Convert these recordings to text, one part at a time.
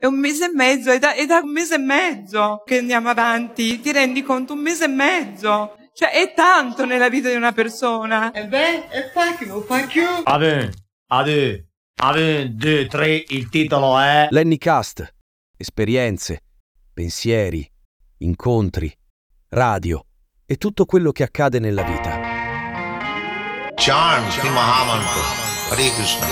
È 1 mese e mezzo, è da 1 mese e mezzo che andiamo avanti, ti rendi conto? 1 mese e mezzo, cioè è tanto nella vita di una persona. E beh, e fuck you. Ade, 2, 3, il titolo è Lennycast, esperienze, pensieri, incontri, radio e tutto quello che accade nella vita. Charm, Mahamantra, Hare Krishna.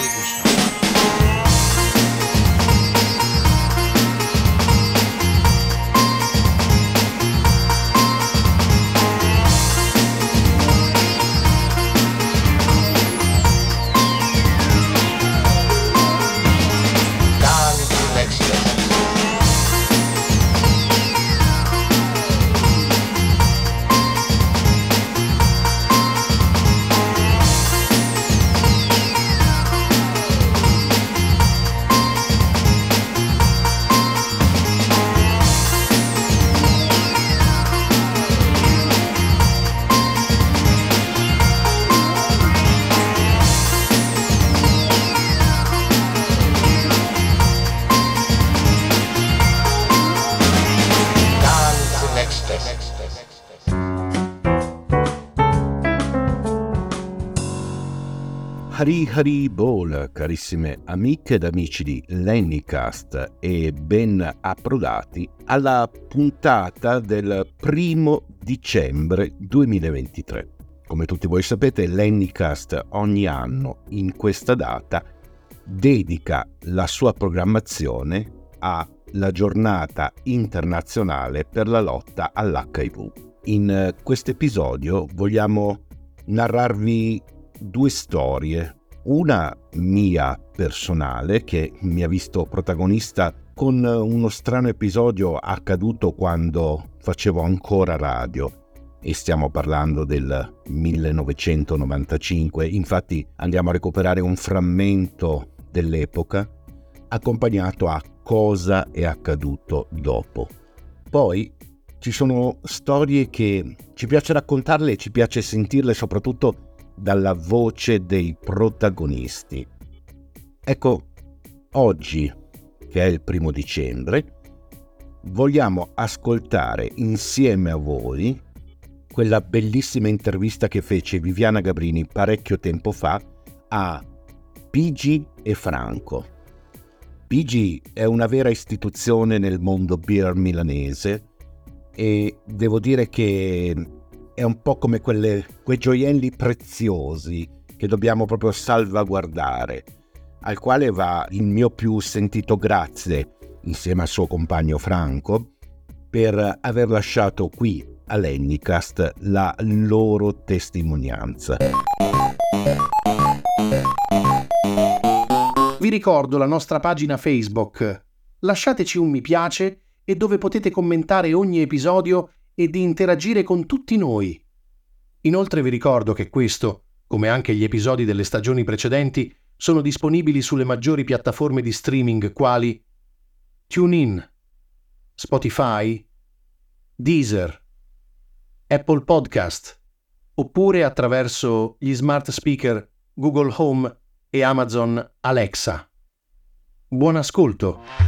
Hari Bol, carissime amiche ed amici di Lennycast, e ben approdati alla puntata del 1 dicembre 2023. Come tutti voi sapete, Lennycast ogni anno in questa data dedica la sua programmazione alla giornata internazionale per la lotta all'HIV. In questo episodio vogliamo narrarvi 2 storie, una mia personale che mi ha visto protagonista con uno strano episodio accaduto quando facevo ancora radio, e stiamo parlando del 1995. Infatti andiamo a recuperare un frammento dell'epoca accompagnato a cosa è accaduto dopo. Poi ci sono storie che ci piace raccontarle e ci piace sentirle soprattutto dalla voce dei protagonisti. Ecco, oggi, che è il 1 dicembre, vogliamo ascoltare insieme a voi quella bellissima intervista che fece Viviana Gabrini parecchio tempo fa a Pigi e Franco. Pigi è una vera istituzione nel mondo beer milanese e devo dire che è un po' come quei gioielli preziosi che dobbiamo proprio salvaguardare, al quale va il mio più sentito grazie, insieme al suo compagno Franco, per aver lasciato qui a Lennycast la loro testimonianza. Vi ricordo la nostra pagina Facebook. Lasciateci un mi piace e dove potete commentare ogni episodio e di interagire con tutti noi. Inoltre vi ricordo che questo, come anche gli episodi delle stagioni precedenti, sono disponibili sulle maggiori piattaforme di streaming quali TuneIn, Spotify, Deezer, Apple Podcast, oppure attraverso gli smart speaker Google Home e Amazon Alexa. Buon ascolto!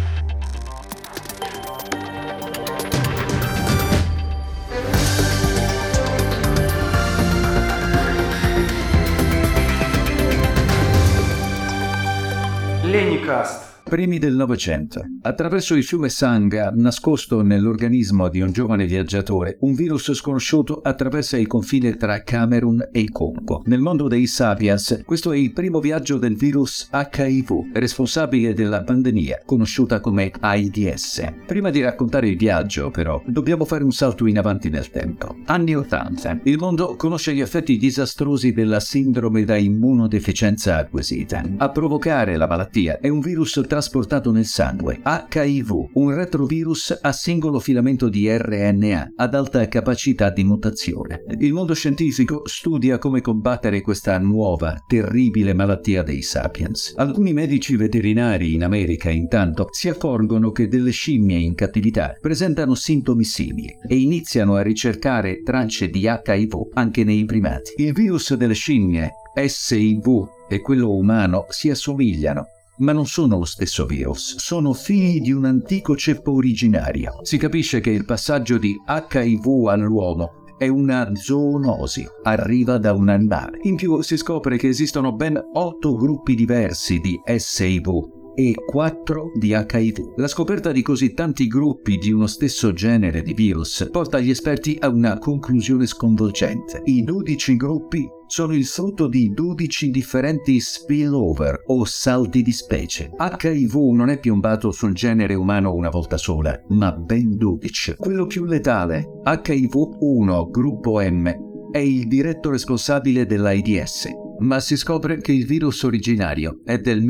Lennycast. Primi del Novecento. Attraverso il fiume Sangha, nascosto nell'organismo di un giovane viaggiatore, un virus sconosciuto attraversa il confine tra Camerun e il Congo. Nel mondo dei Sapiens, questo è il primo viaggio del virus HIV, responsabile della pandemia, conosciuta come AIDS. Prima di raccontare il viaggio, però, dobbiamo fare un salto in avanti nel tempo. Anni 80. Il mondo conosce gli effetti disastrosi della sindrome da immunodeficienza acquisita. A provocare la malattia è un virus trasportato nel sangue, HIV, un retrovirus a singolo filamento di RNA ad alta capacità di mutazione. Il mondo scientifico studia come combattere questa nuova, terribile malattia dei sapiens. Alcuni medici veterinari in America, intanto, si accorgono che delle scimmie in cattività presentano sintomi simili e iniziano a ricercare tracce di HIV anche nei primati. Il virus delle scimmie, SIV, e quello umano si assomigliano, ma non sono lo stesso virus, sono figli di un antico ceppo originario. Si capisce che il passaggio di HIV all'uomo è una zoonosi, arriva da un animale. In più si scopre che esistono ben 8 gruppi diversi di SIV e 4 di HIV. La scoperta di così tanti gruppi di uno stesso genere di virus porta gli esperti a una conclusione sconvolgente. I 12 gruppi sono il frutto di 12 differenti spillover o salti di specie. HIV non è piombato sul genere umano una volta sola, ma ben 12. Quello più letale, HIV-1 gruppo M, è il diretto responsabile dell'AIDS, ma si scopre che il virus originario è del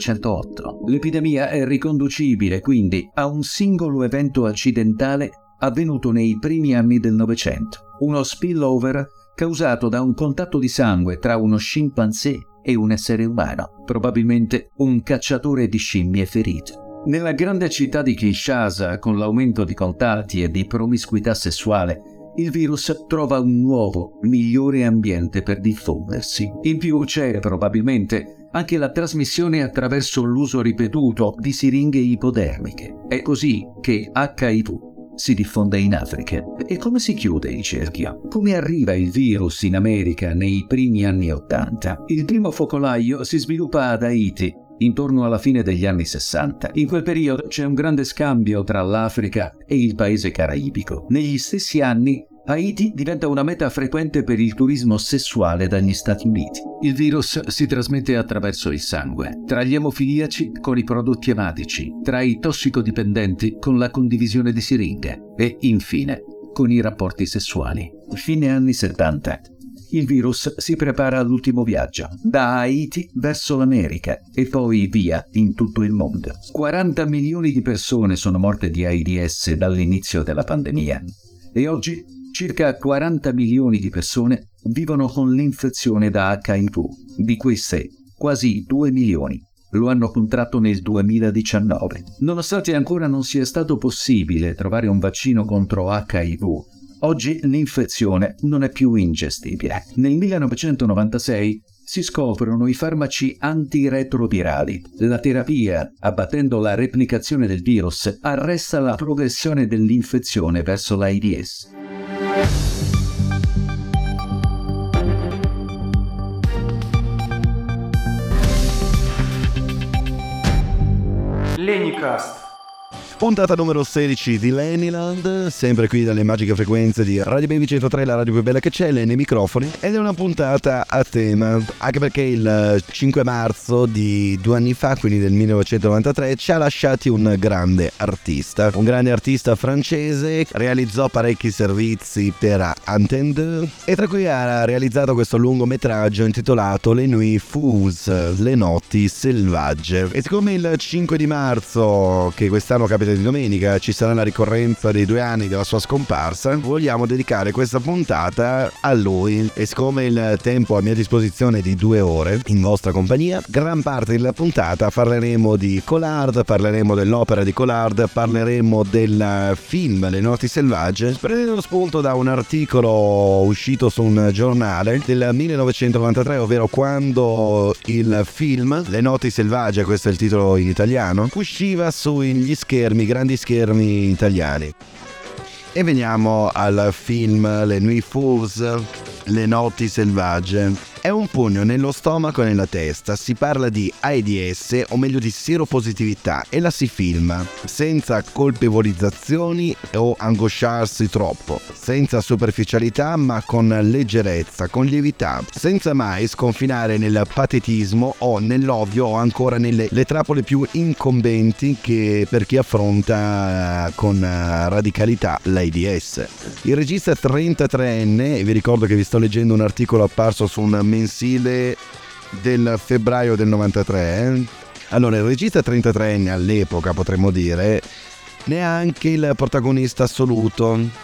1908. L'epidemia è riconducibile quindi a un singolo evento accidentale avvenuto nei primi anni del Novecento, uno spillover causato da un contatto di sangue tra uno scimpanzé e un essere umano, probabilmente un cacciatore di scimmie ferito. Nella grande città di Kinshasa, con l'aumento di contatti e di promiscuità sessuale, il virus trova un nuovo, migliore ambiente per diffondersi. In più c'è probabilmente anche la trasmissione attraverso l'uso ripetuto di siringhe ipodermiche. È così che HIV si diffonde in Africa. E come si chiude il cerchio? Come arriva il virus in America nei primi anni '80? Il primo focolaio si sviluppa ad Haiti intorno alla fine degli anni 60. In quel periodo c'è un grande scambio tra l'Africa e il paese caraibico. Negli stessi anni Haiti diventa una meta frequente per il turismo sessuale dagli Stati Uniti. Il virus si trasmette attraverso il sangue, tra gli emofiliaci con i prodotti ematici, tra i tossicodipendenti con la condivisione di siringhe e, infine, con i rapporti sessuali. Fine anni 70. Il virus si prepara all'ultimo viaggio, da Haiti verso l'America e poi via in tutto il mondo. 40 milioni di persone sono morte di AIDS dall'inizio della pandemia e oggi circa 40 milioni di persone vivono con l'infezione da HIV. Di queste, quasi 2 milioni lo hanno contratto nel 2019. Nonostante ancora non sia stato possibile trovare un vaccino contro HIV, oggi l'infezione non è più ingestibile. Nel 1996 si scoprono i farmaci antiretrovirali. La terapia, abbattendo la replicazione del virus, arresta la progressione dell'infezione verso l'AIDS. Lenicast. Puntata numero 16 di Leniland, sempre qui dalle magiche frequenze di Radio Baby 103, la radio più bella che c'è, nei microfoni, ed è una puntata a tema, anche perché il 5 marzo di 2 anni fa, quindi del 1993, ci ha lasciati un grande artista francese, realizzò parecchi servizi per Antenne e tra cui ha realizzato questo lungometraggio intitolato Le Nuits Fous, le notti selvagge. E siccome il 5 di marzo, che quest'anno capita di domenica, ci sarà la ricorrenza dei 2 anni della sua scomparsa, vogliamo dedicare questa puntata a lui. E siccome il tempo a mia disposizione è di 2 ore in vostra compagnia, gran parte della puntata parleremo di Collard, parleremo dell'opera di Collard, parleremo del film Le Notti Selvagge, prendendo spunto da un articolo uscito su un giornale del 1993, ovvero quando il film Le Notti Selvagge, questo è il titolo in italiano, usciva sugli grandi schermi italiani. E veniamo al film Le Nuits Fous, le notti selvagge. È un pugno nello stomaco e nella testa, si parla di AIDS, o meglio di seropositività, e la si filma, senza colpevolizzazioni o angosciarsi troppo, senza superficialità ma con leggerezza, con lievità, senza mai sconfinare nel patetismo o nell'ovvio o ancora nelle trappole più incombenti che per chi affronta con radicalità l'AIDS. Il regista 33enne, e vi ricordo che vi sto leggendo un articolo apparso su un mensile del febbraio del 93. Allora, il regista 33enne all'epoca, potremmo dire, neanche il protagonista assoluto.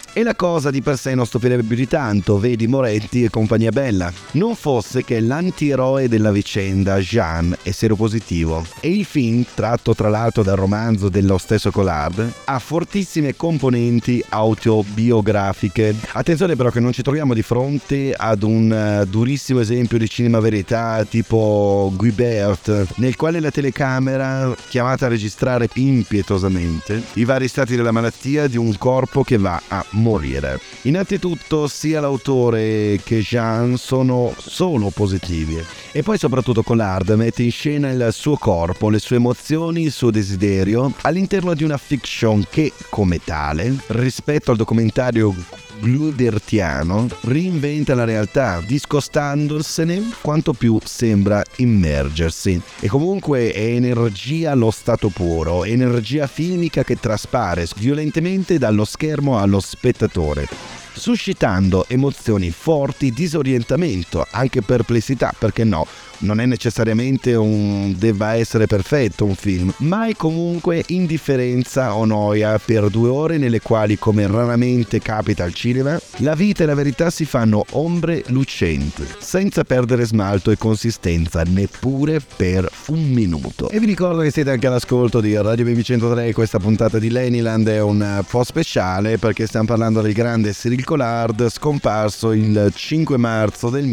E la cosa di per sé non stupirebbe più di tanto, vedi Moretti e compagnia bella. Non fosse che l'antieroe della vicenda, Jean, è seropositivo. E il film, tratto tra l'altro dal romanzo dello stesso Collard, ha fortissime componenti autobiografiche. Attenzione però che non ci troviamo di fronte ad un durissimo esempio di cinema verità tipo Guibert, nel quale la telecamera chiamata a registrare impietosamente i vari stati della malattia di un corpo che va a morire. Innanzitutto sia l'autore che Jean sono solo positivi e poi soprattutto Collard mette in scena il suo corpo, le sue emozioni, il suo desiderio all'interno di una fiction che, come tale, rispetto al documentario gludertiano, reinventa la realtà discostandosene quanto più sembra immergersi. E comunque è energia allo stato puro, energia filmica che traspare violentemente dallo schermo allo spettatore, suscitando emozioni forti, disorientamento, anche perplessità, perché no? Non è necessariamente debba essere perfetto un film, ma è comunque indifferenza o noia per 2 ore nelle quali, come raramente capita al cinema, la vita e la verità si fanno ombre lucenti, senza perdere smalto e consistenza neppure per un minuto. E vi ricordo che siete anche all'ascolto di Radio Baby 103, questa puntata di Lanyland è un po' speciale perché stiamo parlando del grande Cyril Collard, scomparso il 5 marzo del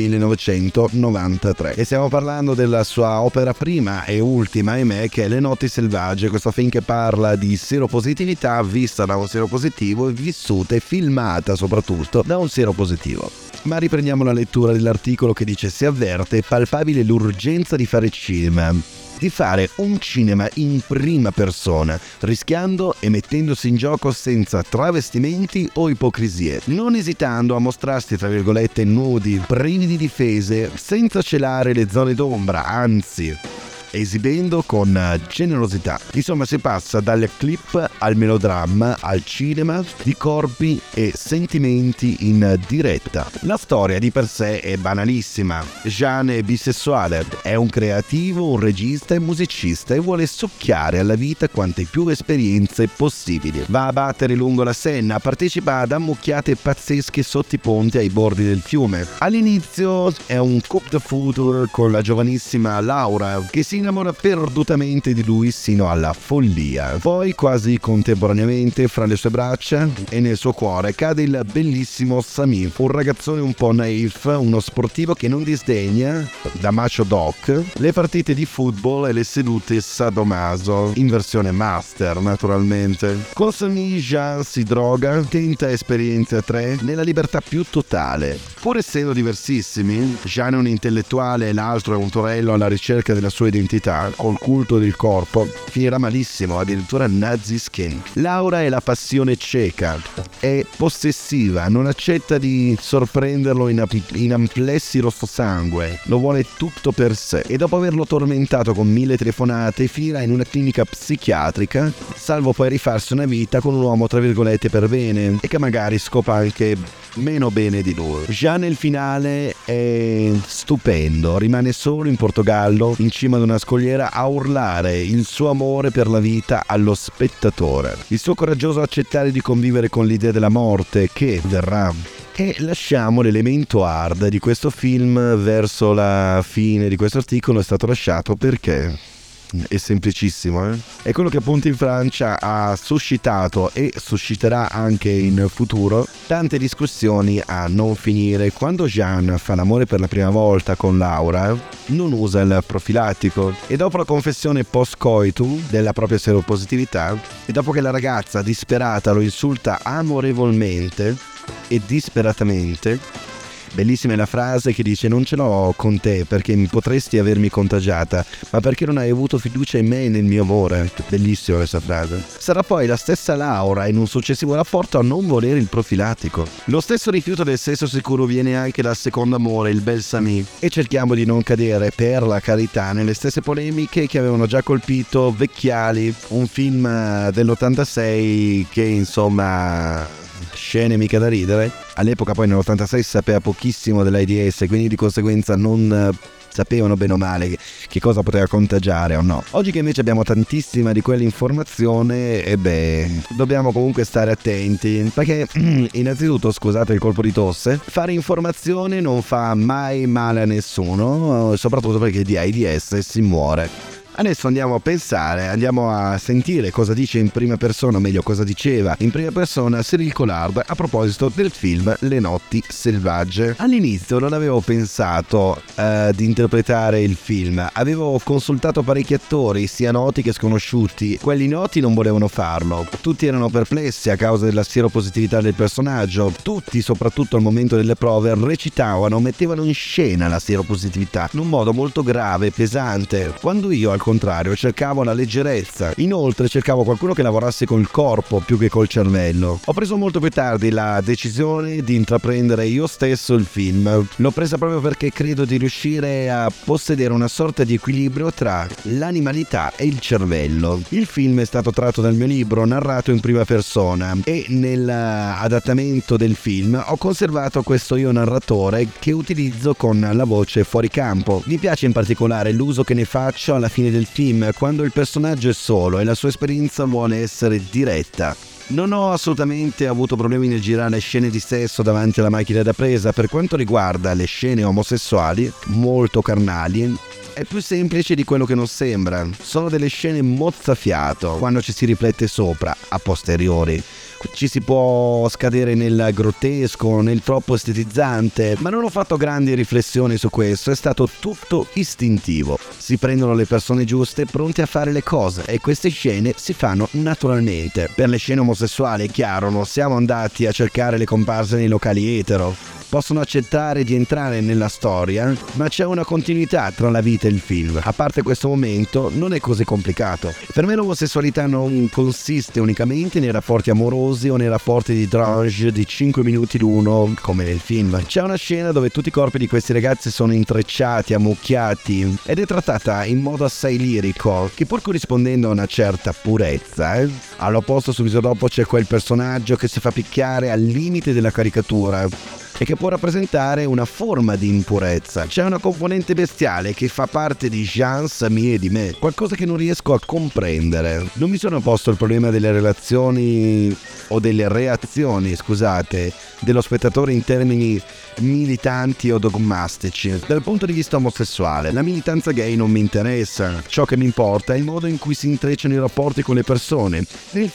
1993 e stiamo parlando della sua opera prima e ultima, ahimè, che è Le notti selvagge, questo film che parla di seropositività vista da un seropositivo e vissuta e filmata soprattutto da un seropositivo. Ma riprendiamo la lettura dell'articolo che dice: si avverte palpabile l'urgenza di fare cinema, di fare un cinema in prima persona, rischiando e mettendosi in gioco senza travestimenti o ipocrisie, non esitando a mostrarsi tra virgolette nudi, privi di difese, senza celare le zone d'ombra, anzi esibendo con generosità. Insomma, si passa dal clip al melodramma, al cinema di corpi e sentimenti in diretta. La storia di per sé è banalissima. Jean è bisessuale, è un creativo, un regista e musicista e vuole succhiare alla vita quante più esperienze possibili. Va a battere lungo la Senna, partecipa ad ammucchiate pazzesche sotto i ponti ai bordi del fiume. All'inizio è un couple de foudre con la giovanissima Laura che si innamora perdutamente di lui sino alla follia. Poi, quasi contemporaneamente, fra le sue braccia e nel suo cuore cade il bellissimo Sami, un ragazzone un po' naif, uno sportivo che non disdegna, da macho doc, le partite di football e le sedute sadomaso, in versione master naturalmente. Con Sami Jean si droga, tenta esperienze a 3 nella libertà più totale. Pur essendo diversissimi, Jean è un intellettuale e l'altro è un torello alla ricerca della sua identità, col culto del corpo, finirà malissimo, addirittura nazi skin. Laura è la passione cieca, è possessiva, non accetta di sorprenderlo in amplessi rossosangue, lo vuole tutto per sé e dopo averlo tormentato con 1000 telefonate finirà in una clinica psichiatrica, salvo poi rifarsi una vita con un uomo tra virgolette per bene e che magari scopa anche meno bene di lui. Già nel finale è stupendo, rimane solo in Portogallo in cima ad una scogliera a urlare il suo amore per la vita allo spettatore, il suo coraggioso accettare di convivere con l'idea della morte che verrà. E lasciamo l'elemento hard di questo film verso la fine di questo articolo, è stato lasciato perché è semplicissimo, È quello che appunto in Francia ha suscitato e susciterà anche in futuro tante discussioni a non finire. Quando Jean fa l'amore per la prima volta con Laura non usa il profilattico e dopo la confessione post-coitum della propria seropositività e dopo che la ragazza disperata lo insulta amorevolmente e disperatamente, bellissima è la frase che dice: non ce l'ho con te perché potresti avermi contagiata, ma perché non hai avuto fiducia in me e nel mio amore. Bellissima questa frase. Sarà poi la stessa Laura in un successivo rapporto a non volere il profilattico. Lo stesso rifiuto del sesso sicuro viene anche dal secondo amore, il bel Sami, e cerchiamo di non cadere, per la carità, nelle stesse polemiche che avevano già colpito Vecchiali, un film dell'86 che insomma scene mica da ridere. All'epoca poi nell'86 si sapeva pochissimo dell'AIDS, quindi di conseguenza non sapevano bene o male che cosa poteva contagiare o no. Oggi che invece abbiamo tantissima di quell'informazione, dobbiamo comunque stare attenti, perché innanzitutto, scusate il colpo di tosse, fare informazione non fa mai male a nessuno, soprattutto perché di AIDS si muore. Adesso andiamo a pensare, andiamo a sentire cosa dice in prima persona, o meglio cosa diceva in prima persona Cyril Collard a proposito del film Le notti selvagge. All'inizio non avevo pensato di interpretare il film, avevo consultato parecchi attori, sia noti che sconosciuti. Quelli noti non volevano farlo, tutti erano perplessi a causa della sieropositività del personaggio, tutti, soprattutto al momento delle prove, recitavano, mettevano in scena la sieropositività in un modo molto grave e pesante, quando io al contrario cercavo la leggerezza. Inoltre cercavo qualcuno che lavorasse col corpo più che col cervello. Ho preso molto più tardi la decisione di intraprendere io stesso il film. L'ho presa proprio perché credo di riuscire a possedere una sorta di equilibrio tra l'animalità e il cervello. Il film è stato tratto dal mio libro, narrato in prima persona, e nell'adattamento del film ho conservato questo io narratore che utilizzo con la voce fuori campo. Mi piace in particolare l'uso che ne faccio alla fine del film, quando il personaggio è solo e la sua esperienza vuole essere diretta. Non ho assolutamente avuto problemi nel girare scene di sesso davanti alla macchina da presa. Per quanto riguarda le scene omosessuali, molto carnali, è più semplice di quello che non sembra. Sono delle scene mozzafiato quando ci si riflette sopra, a posteriori. Ci si può scadere nel grottesco, nel troppo estetizzante, ma non ho fatto grandi riflessioni su questo, è stato tutto istintivo. Si prendono le persone giuste pronte a fare le cose e queste scene si fanno naturalmente. Per le scene omosessuali, è chiaro, non siamo andati a cercare le comparse nei locali etero. Possono accettare di entrare nella storia, ma c'è una continuità tra la vita e il film. A parte questo momento, non è così complicato. Per me l'omosessualità non consiste unicamente nei rapporti amorosi o nei rapporti di drange di 5 minuti l'uno, come nel film. C'è una scena dove tutti i corpi di questi ragazzi sono intrecciati, ammucchiati, ed è trattata in modo assai lirico, che pur corrispondendo a una certa purezza, all'opposto subito dopo c'è quel personaggio che si fa picchiare al limite della caricatura e che può rappresentare una forma di impurezza. C'è una componente bestiale che fa parte di Jean, Samy e di me, qualcosa che non riesco a comprendere. Non mi sono posto il problema delle relazioni o delle reazioni, scusate, dello spettatore in termini militanti o dogmastici. Dal punto di vista omosessuale, la militanza gay non mi interessa. Ciò che mi importa è il modo in cui si intrecciano i rapporti con le persone. Nel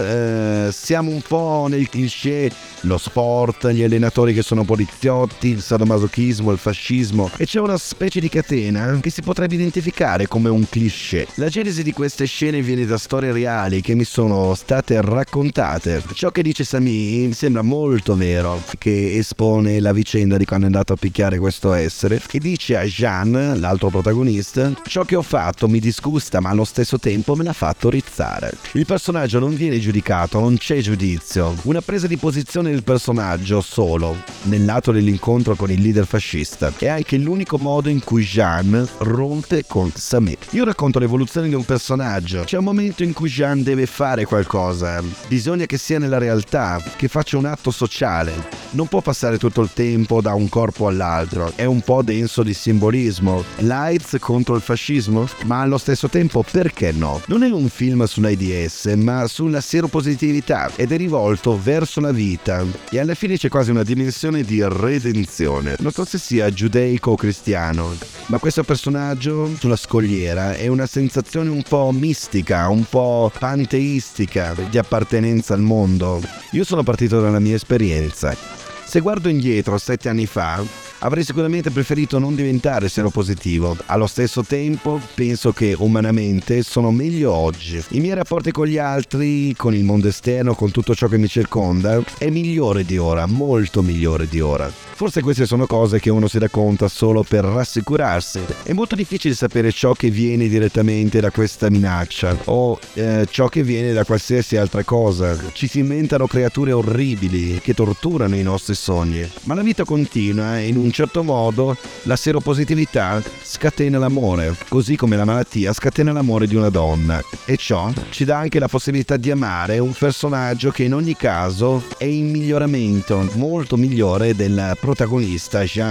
film siamo un po' nel cliché, lo sport, gli allenatori che sono poliziotti, il sadomasochismo, il fascismo, e c'è una specie di catena che si potrebbe identificare come un cliché. La genesi di queste scene viene da storie reali che mi sono state raccontate. Ciò che dice Samy mi sembra molto vero, che espone la vicenda di quando è andato a picchiare questo essere, che dice a Jean, l'altro protagonista: ciò che ho fatto mi disgusta, ma allo stesso tempo me l'ha fatto rizzare. Il personaggio non viene giudicato, non c'è giudizio, una presa di posizione del personaggio solo nell'atto dell'incontro con il leader fascista. È anche l'unico modo in cui Jean rompe con Samy. Io racconto l'evoluzione di un personaggio. C'è un momento in cui Jean deve fare qualcosa, bisogna che sia nella realtà, che faccia un atto sociale, non può passare tutto il tempo da un corpo all'altro. È un po' denso di simbolismo. L'AIDS contro il fascismo? Ma allo stesso tempo perché no? Non è un film sull'AIDS, ma sulla sieropositività, ed è rivolto verso la vita, e alla fine c'è quasi una dimensione di redenzione. Non so se sia giudaico o cristiano, ma questo personaggio sulla scogliera è una sensazione un po' mistica, un po' panteistica di appartenenza al mondo. Io sono partito dalla mia esperienza. Se guardo indietro 7 anni fa, avrei sicuramente preferito non diventare seropositivo. Allo stesso tempo, penso che umanamente sono meglio oggi. I miei rapporti con gli altri, con il mondo esterno, con tutto ciò che mi circonda, è migliore di ora, molto migliore di ora. Forse queste sono cose che uno si racconta solo per rassicurarsi. È molto difficile sapere ciò che viene direttamente da questa minaccia o ciò che viene da qualsiasi altra cosa. Ci si inventano creature orribili che torturano i nostri sogni. Ma la vita continua e in un certo modo la seropositività scatena l'amore, così come la malattia scatena l'amore di una donna. E ciò ci dà anche la possibilità di amare un personaggio che in ogni caso è in miglioramento, molto migliore del protagonista Jean.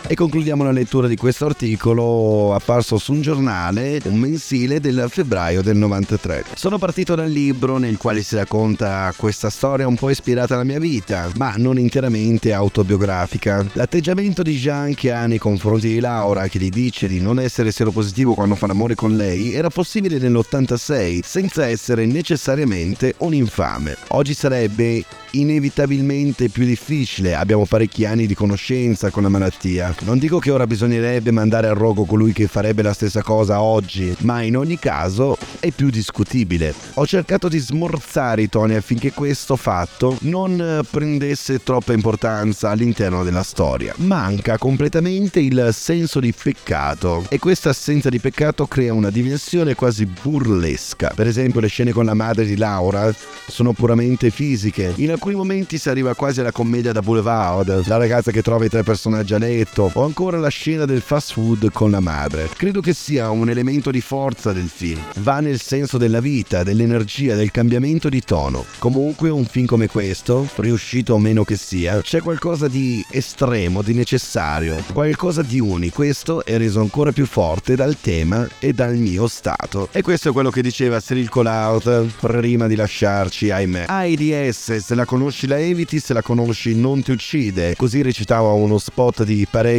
E concludiamo la lettura di questo articolo apparso su un giornale, un mensile del febbraio del 93. Sono partito dal libro nel quale si racconta questa storia un po' ispirata alla mia vita, ma non interamente autobiografica. L'atteggiamento di Jean che ha nei confronti di Laura, che gli dice di non essere seropositivo quando fa l'amore con lei, era possibile nell'86 senza essere necessariamente un infame. Oggi sarebbe inevitabilmente più difficile, abbiamo parecchi anni di conoscenza con la malattia. Non dico che ora bisognerebbe mandare al rogo colui che farebbe la stessa cosa oggi, ma in ogni caso è più discutibile. Ho cercato di smorzare i toni affinché questo fatto non prendesse troppa importanza all'interno della storia. Manca completamente il senso di peccato e questa assenza di peccato crea una dimensione quasi burlesca. Per esempio le scene con la madre di Laura sono puramente fisiche. In alcuni momenti si arriva quasi alla commedia da boulevard, la ragazza che trova i 3 personaggi a letto, o ancora la scena del fast food con la madre. Credo che sia un elemento di forza del film. Va nel senso della vita, dell'energia, del cambiamento di tono. Comunque un film come questo, riuscito o meno che sia, c'è qualcosa di estremo, di necessario, qualcosa di unico. Questo è reso ancora più forte dal tema e dal mio stato. E questo è quello che diceva Cyril Collard prima di lasciarci, ahimè. AIDS, se la conosci la eviti, se la conosci non ti uccide. Così recitava uno spot di parecchi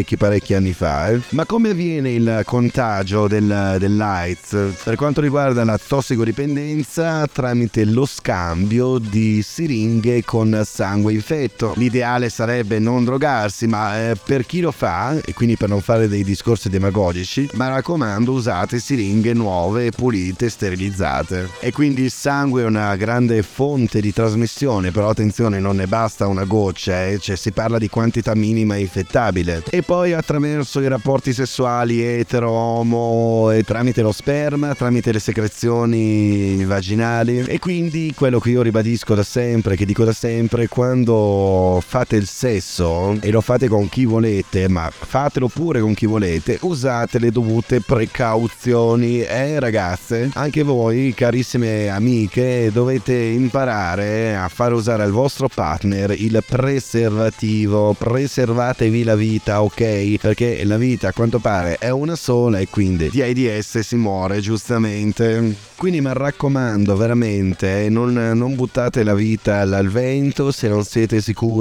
anni fa. Ma come avviene il contagio dell'AIDS? Per quanto riguarda la tossicodipendenza, tramite lo scambio di siringhe con sangue infetto. L'ideale sarebbe non drogarsi, ma per chi lo fa, e quindi per non fare dei discorsi demagogici, ma raccomando, usate siringhe nuove, pulite, sterilizzate. E quindi il sangue è una grande fonte di trasmissione, però attenzione, non ne basta una goccia, cioè si parla di quantità minima infettabile. E poi attraverso i rapporti sessuali etero-omo e tramite lo sperma, tramite le secrezioni vaginali. E quindi quello che io ribadisco da sempre, che dico da sempre, quando fate il sesso e lo fate con chi volete, ma fatelo pure con chi volete, usate le dovute precauzioni, ragazze, anche voi carissime amiche dovete imparare a far usare al vostro partner il preservativo. Preservatevi la vita, ok? Perché la vita a quanto pare è una sola e quindi di AIDS si muore, giustamente. Quindi mi raccomando veramente, non buttate la vita al vento. Se non siete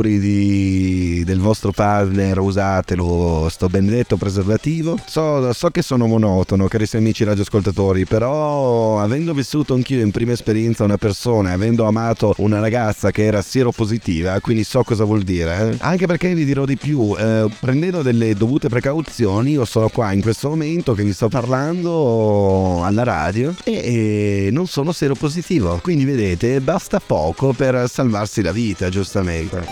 sicuri del vostro partner, usatelo, sto benedetto preservativo. So che sono monotono, carissimi amici radioascoltatori, però avendo vissuto anch'io in prima esperienza una persona, avendo amato una ragazza che era sieropositiva, quindi so cosa vuol dire. Anche perché vi dirò di più, prendendo delle dovute precauzioni, io sono qua in questo momento che vi sto parlando alla radio e non sono seropositivo, quindi vedete, basta poco per salvarsi la vita, giustamente.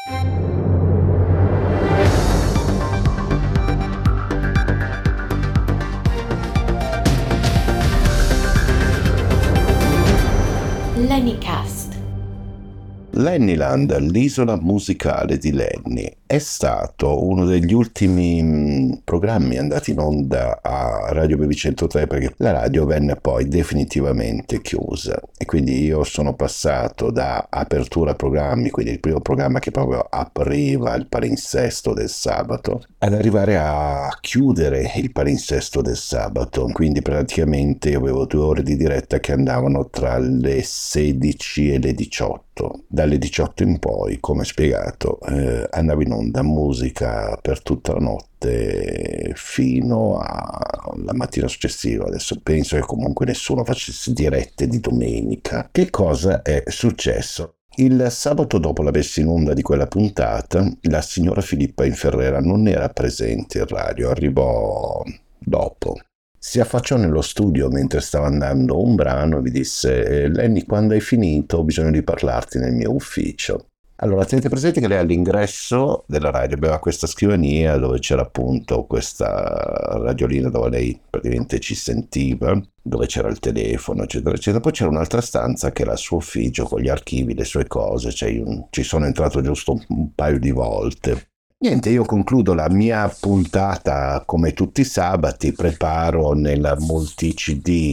Lennycast. Lennyland, l'isola musicale di Lenny, è stato uno degli ultimi programmi andati in onda a Radio Baby 103, perché la radio venne poi definitivamente chiusa e quindi io sono passato da apertura programmi, quindi il primo programma che proprio apriva il palinsesto del sabato, ad arrivare a chiudere il palinsesto del sabato. Quindi praticamente io avevo 2 ore di diretta che andavano tra le 16 e le 18. Dalle 18 in poi, come spiegato, andavo in onda musica per tutta la notte fino alla mattina successiva. Adesso penso che comunque nessuno facesse dirette di domenica. Che cosa è successo? Il sabato dopo la messa in onda di quella puntata, la signora Filippa Inferrera non era presente in radio, arrivò dopo. Si affacciò nello studio mentre stava andando un brano e mi disse: Lenny, quando hai finito ho bisogno di parlarti nel mio ufficio. Allora, tenete presente che lei all'ingresso della radio aveva questa scrivania dove c'era appunto questa radiolina dove lei praticamente ci sentiva, dove c'era il telefono, eccetera, eccetera. Poi c'era un'altra stanza che era il suo ufficio con gli archivi, le sue cose, cioè ci sono entrato giusto un paio di volte. Niente, io concludo la mia puntata come tutti i sabati, preparo nel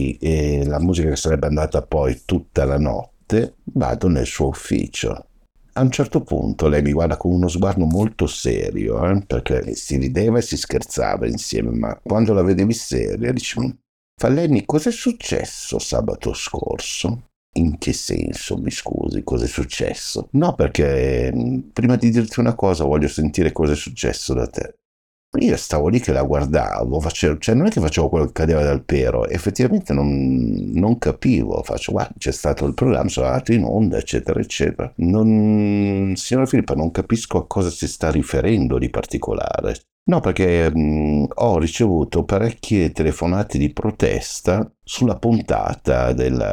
multi-CD la musica che sarebbe andata poi tutta la notte, vado nel suo ufficio. A un certo punto lei mi guarda con uno sguardo molto serio, perché si rideva e si scherzava insieme, ma quando la vedevi seria dice: fa Lenny, cos'è successo sabato scorso? In che senso, mi scusi, cos'è successo? No, perché prima di dirti una cosa voglio sentire cos'è successo da te. Io stavo lì che la guardavo, cioè non è che facevo quello che cadeva dal pero, effettivamente non capivo, guarda, c'è stato il programma, sono andato in onda, eccetera, eccetera. Signora Filippa, non capisco a cosa si sta riferendo di particolare. No, perché ho ricevuto parecchie telefonate di protesta sulla puntata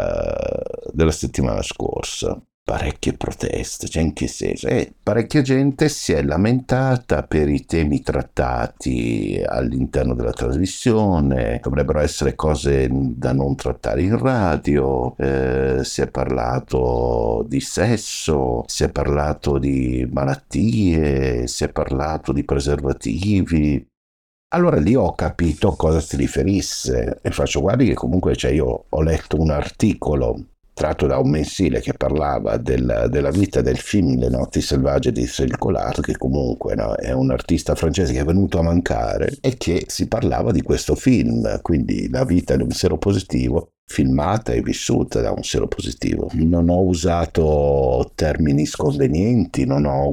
della settimana scorsa. Parecchie proteste, cioè in che senso? Parecchia gente si è lamentata per i temi trattati all'interno della trasmissione, dovrebbero essere cose da non trattare in radio, si è parlato di sesso, si è parlato di malattie, si è parlato di preservativi. Allora lì ho capito a cosa si riferisse e faccio, guardi che comunque io ho letto un articolo tratto da un mensile che parlava della vita del film Le notti selvagge di Cyril Collard, che comunque è un artista francese che è venuto a mancare, e che si parlava di questo film, quindi la vita di un seropositivo filmata e vissuta da un seropositivo. Non ho usato termini sconvenienti, non ho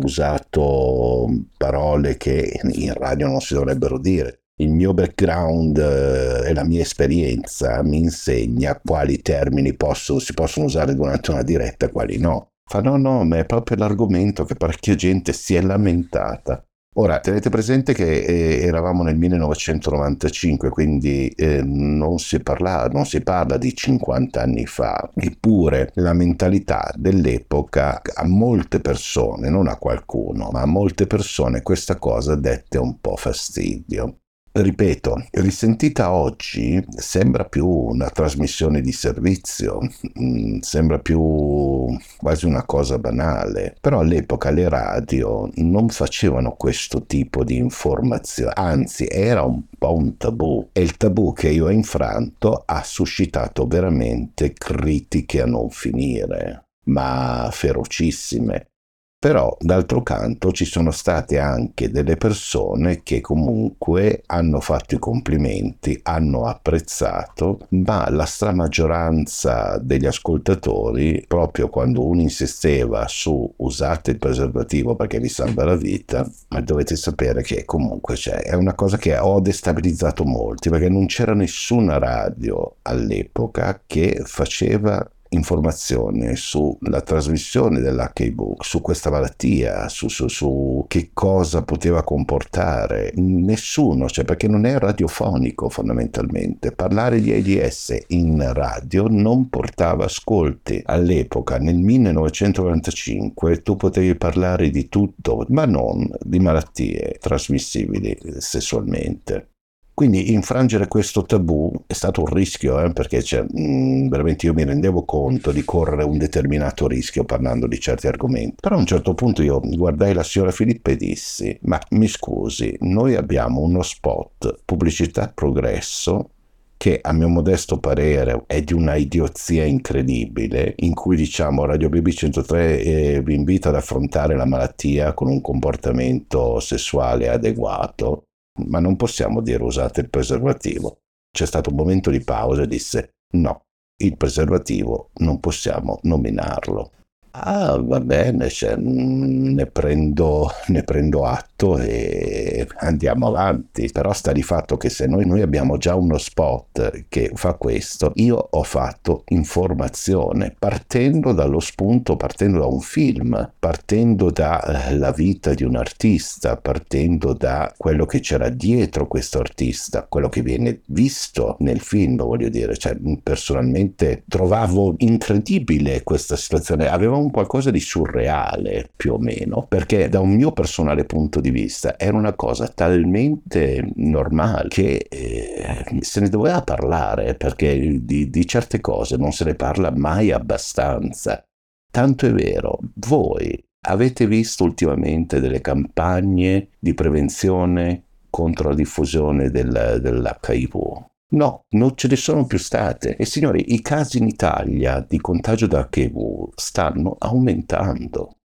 usato parole che in radio non si dovrebbero dire. Il mio background e la mia esperienza mi insegna quali termini si possono usare durante una diretta e quali no. No, ma è proprio l'argomento che parecchia gente si è lamentata. Ora, tenete presente che eravamo nel 1995, quindi non si parla di 50 anni fa, eppure la mentalità dell'epoca a molte persone, non a qualcuno, ma a molte persone questa cosa dette un po' fastidio. Ripeto, risentita oggi sembra più una trasmissione di servizio, sembra più quasi una cosa banale, però all'epoca le radio non facevano questo tipo di informazione, anzi era un po' un tabù, e il tabù che io ho infranto ha suscitato veramente critiche a non finire, ma ferocissime. Però, d'altro canto, ci sono state anche delle persone che comunque hanno fatto i complimenti, hanno apprezzato, ma la stramaggioranza degli ascoltatori, proprio quando uno insisteva su usate il preservativo perché vi salva la vita, ma dovete sapere che comunque è una cosa che ho destabilizzato molti, perché non c'era nessuna radio all'epoca che faceva informazione sulla trasmissione dell'HIV, su questa malattia, su che cosa poteva comportare. Nessuno, perché non è radiofonico fondamentalmente. Parlare di AIDS in radio non portava ascolti. All'epoca, nel 1945, tu potevi parlare di tutto, ma non di malattie trasmissibili sessualmente. Quindi infrangere questo tabù è stato un rischio, perché veramente io mi rendevo conto di correre un determinato rischio parlando di certi argomenti. Però a un certo punto io guardai la signora Filippa e dissi: ma mi scusi, noi abbiamo uno spot pubblicità progresso che a mio modesto parere è di una idiozia incredibile, in cui diciamo Radio BB 103 vi invita ad affrontare la malattia con un comportamento sessuale adeguato. Ma non possiamo dire usate il preservativo. C'è stato un momento di pausa e disse: no, il preservativo non possiamo nominarlo. Va bene, ne prendo atto e andiamo avanti. Però sta di fatto che se noi abbiamo già uno spot che fa questo, io ho fatto informazione partendo dallo spunto, partendo da un film, partendo dalla vita di un artista, partendo da quello che c'era dietro questo artista, quello che viene visto nel film, voglio dire. Personalmente trovavo incredibile questa situazione, aveva un qualcosa di surreale più o meno, perché da un mio personale punto di vista era una cosa talmente normale che se ne doveva parlare, perché di certe cose non se ne parla mai abbastanza. Tanto è vero, voi avete visto ultimamente delle campagne di prevenzione contro la diffusione dell'HIV? No, non ce ne sono più state. E signori, i casi in Italia di contagio da HIV stanno aumentando.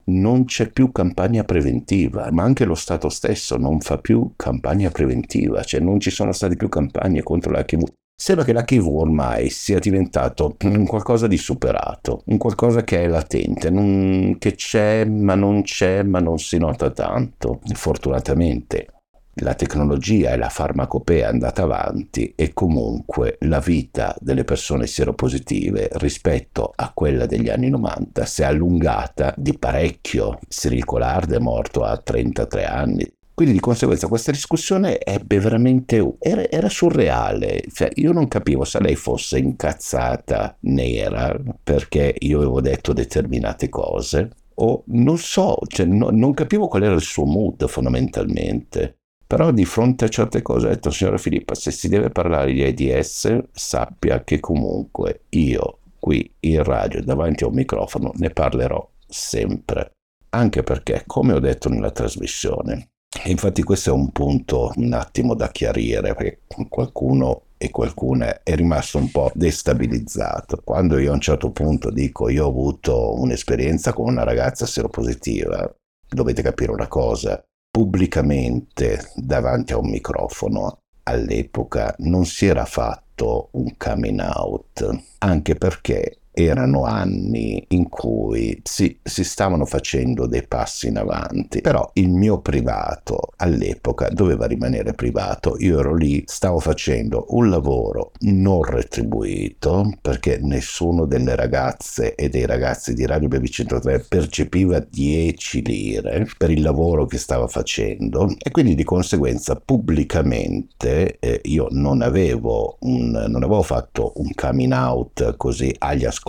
non c'è più campagna preventiva, ma anche lo Stato stesso non fa più campagna preventiva, cioè non ci sono state più campagne contro l'HIV. Sembra che l'HIV ormai sia diventato un qualcosa di superato, un qualcosa che è latente, che c'è, ma non si nota tanto. Fortunatamente la tecnologia e la farmacopea è andata avanti e comunque la vita delle persone sieropositive rispetto a quella degli anni 90 si è allungata di parecchio. Cyril Collard è morto a 33 anni. Quindi di conseguenza questa discussione ebbe veramente... era surreale. Cioè, io non capivo se lei fosse incazzata nera perché io avevo detto determinate cose o non so, cioè, non capivo qual era il suo mood fondamentalmente. Però di fronte a certe cose ho detto, signora Filippa, se si deve parlare di AIDS, sappia che comunque io qui in radio davanti a un microfono ne parlerò sempre. Anche perché, come ho detto nella trasmissione, e infatti questo è un punto un attimo da chiarire, perché qualcuno e qualcuna è rimasto un po' destabilizzato. Quando io a un certo punto dico io ho avuto un'esperienza con una ragazza seropositiva, dovete capire una cosa. Pubblicamente davanti a un microfono all'epoca non si era fatto un coming out, anche perché erano anni in cui si stavano facendo dei passi in avanti, però il mio privato all'epoca doveva rimanere privato. Io ero lì, stavo facendo un lavoro non retribuito perché nessuno delle ragazze e dei ragazzi di Radio Baby 103 percepiva 10 lire per il lavoro che stava facendo e quindi di conseguenza pubblicamente io non avevo fatto un coming out così agli ascoltatori.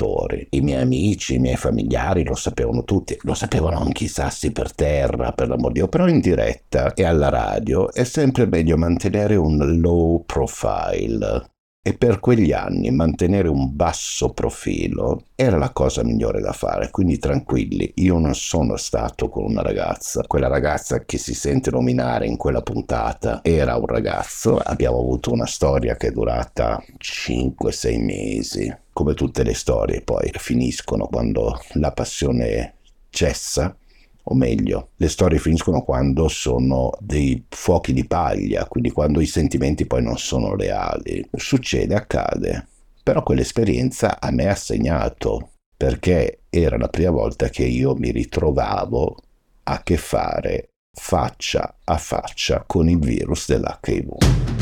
I miei amici, i miei familiari lo sapevano tutti, lo sapevano anche i sassi per terra, per l'amor di Dio, però in diretta e alla radio è sempre meglio mantenere un low profile. E per quegli anni mantenere un basso profilo era la cosa migliore da fare, quindi tranquilli, io non sono stato con una ragazza, quella ragazza che si sente nominare in quella puntata era un ragazzo, abbiamo avuto una storia che è durata 5-6 mesi, come tutte le storie poi finiscono quando la passione cessa. O meglio, le storie finiscono quando sono dei fuochi di paglia, quindi quando i sentimenti poi non sono reali. Succede, accade. Però quell'esperienza a me ha segnato, perché era la prima volta che io mi ritrovavo a che fare faccia a faccia con il virus dell'HIV.